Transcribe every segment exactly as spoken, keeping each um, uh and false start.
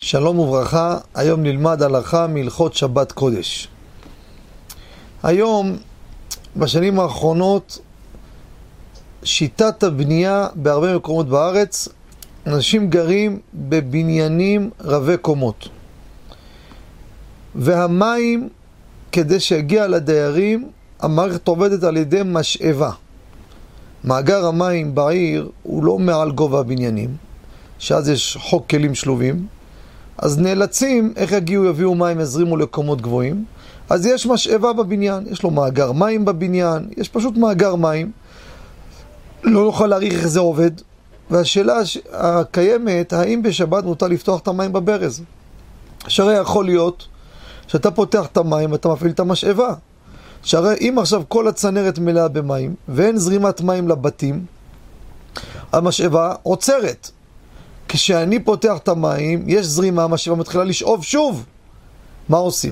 שלום וברכה, היום נלמד הלכה מהלכות שבת קודש. היום, בשנים האחרונות, שיטת הבנייה בהרבה מקומות בארץ, אנשים גרים בבניינים רבי קומות. והמים, כדי שיגיע לדיירים, המערכת עובדת על ידי משאבה. מאגר המים בעיר הוא לא מעל גובה הבניינים, שאז יש חוק כלים שלובים, אז נאלצים, איך יגיעו, יביאו מים, יזרימו לקומות גבוהים, אז יש משאבה בבניין, יש לו מאגר מים בבניין, יש פשוט מאגר מים, לא נוכל להעריך איך זה עובד, והשאלה הקיימת, האם בשבת מותר לפתוח את המים בברז? שהרי יכול להיות שאתה פותח את המים ואתה מפעיל את המשאבה, שהרי אם עכשיו כל הצנרת מלאה במים, ואין זרימת מים לבתים, המשאבה עוצרת. כשאני פותח את המים, יש זרימה, המשאבה מתחילה לשאוב שוב. מה עושים?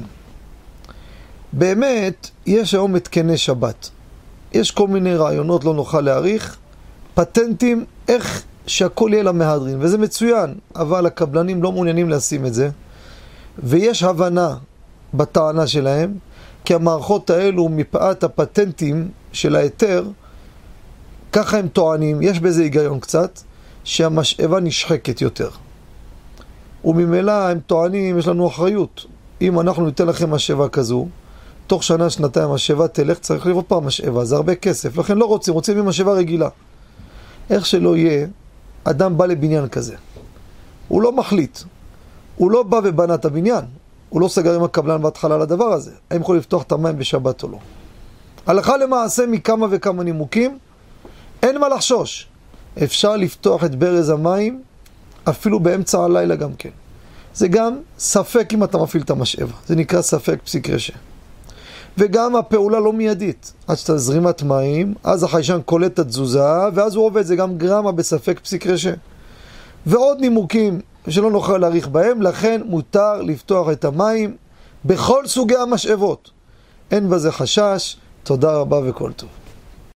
באמת, יש היום מתקני שבת. יש כל מיני רעיונות, לא נוכל להעריך, פטנטים, איך שהכל יהיה למהדרין, וזה מצוין, אבל הקבלנים לא מעוניינים לשים את זה, ויש הבנה בטענה שלהם, כי המערכות האלו מפאת הפטנטים של היתר, ככה הם טוענים, יש בזה היגיון קצת, שהמשאבה נשחקת יותר. וממילא הם טוענים, יש לנו אחריות. אם אנחנו ניתן לכם משאבה כזו, תוך שנה, שנתיים, המשאבה תלך, צריך לראות פעם משאבה, זה הרבה כסף. לכן לא רוצים, רוצים עם משאבה רגילה. איך שלא יהיה, אדם בא לבניין כזה. הוא לא מחליט. הוא לא בא ובנה את הבניין. הוא לא סגר עם הקבלן בהתחלה לדבר הזה. האם יכול לפתוח את המים בשבת או לא. הלכה למעשה מכמה וכמה נימוקים, אין מה לחשוש. אפשר לפתוח את ברז המים אפילו באמצע הלילה גם כן. זה גם ספק אם אתה מפעיל את המשאבה. זה נקרא ספק פסיק רשע. וגם הפעולה לא מיידית. עד שאתה זרימת מים, אז החיישן קולט את התזוזה, ואז הוא עובד. זה גם גרמה בספק פסיק רשע. ועוד נימוקים שלא נוכל להאריך בהם, לכן מותר לפתוח את המים בכל סוגי המשאבות. אין בזה חשש. תודה רבה וכל טוב.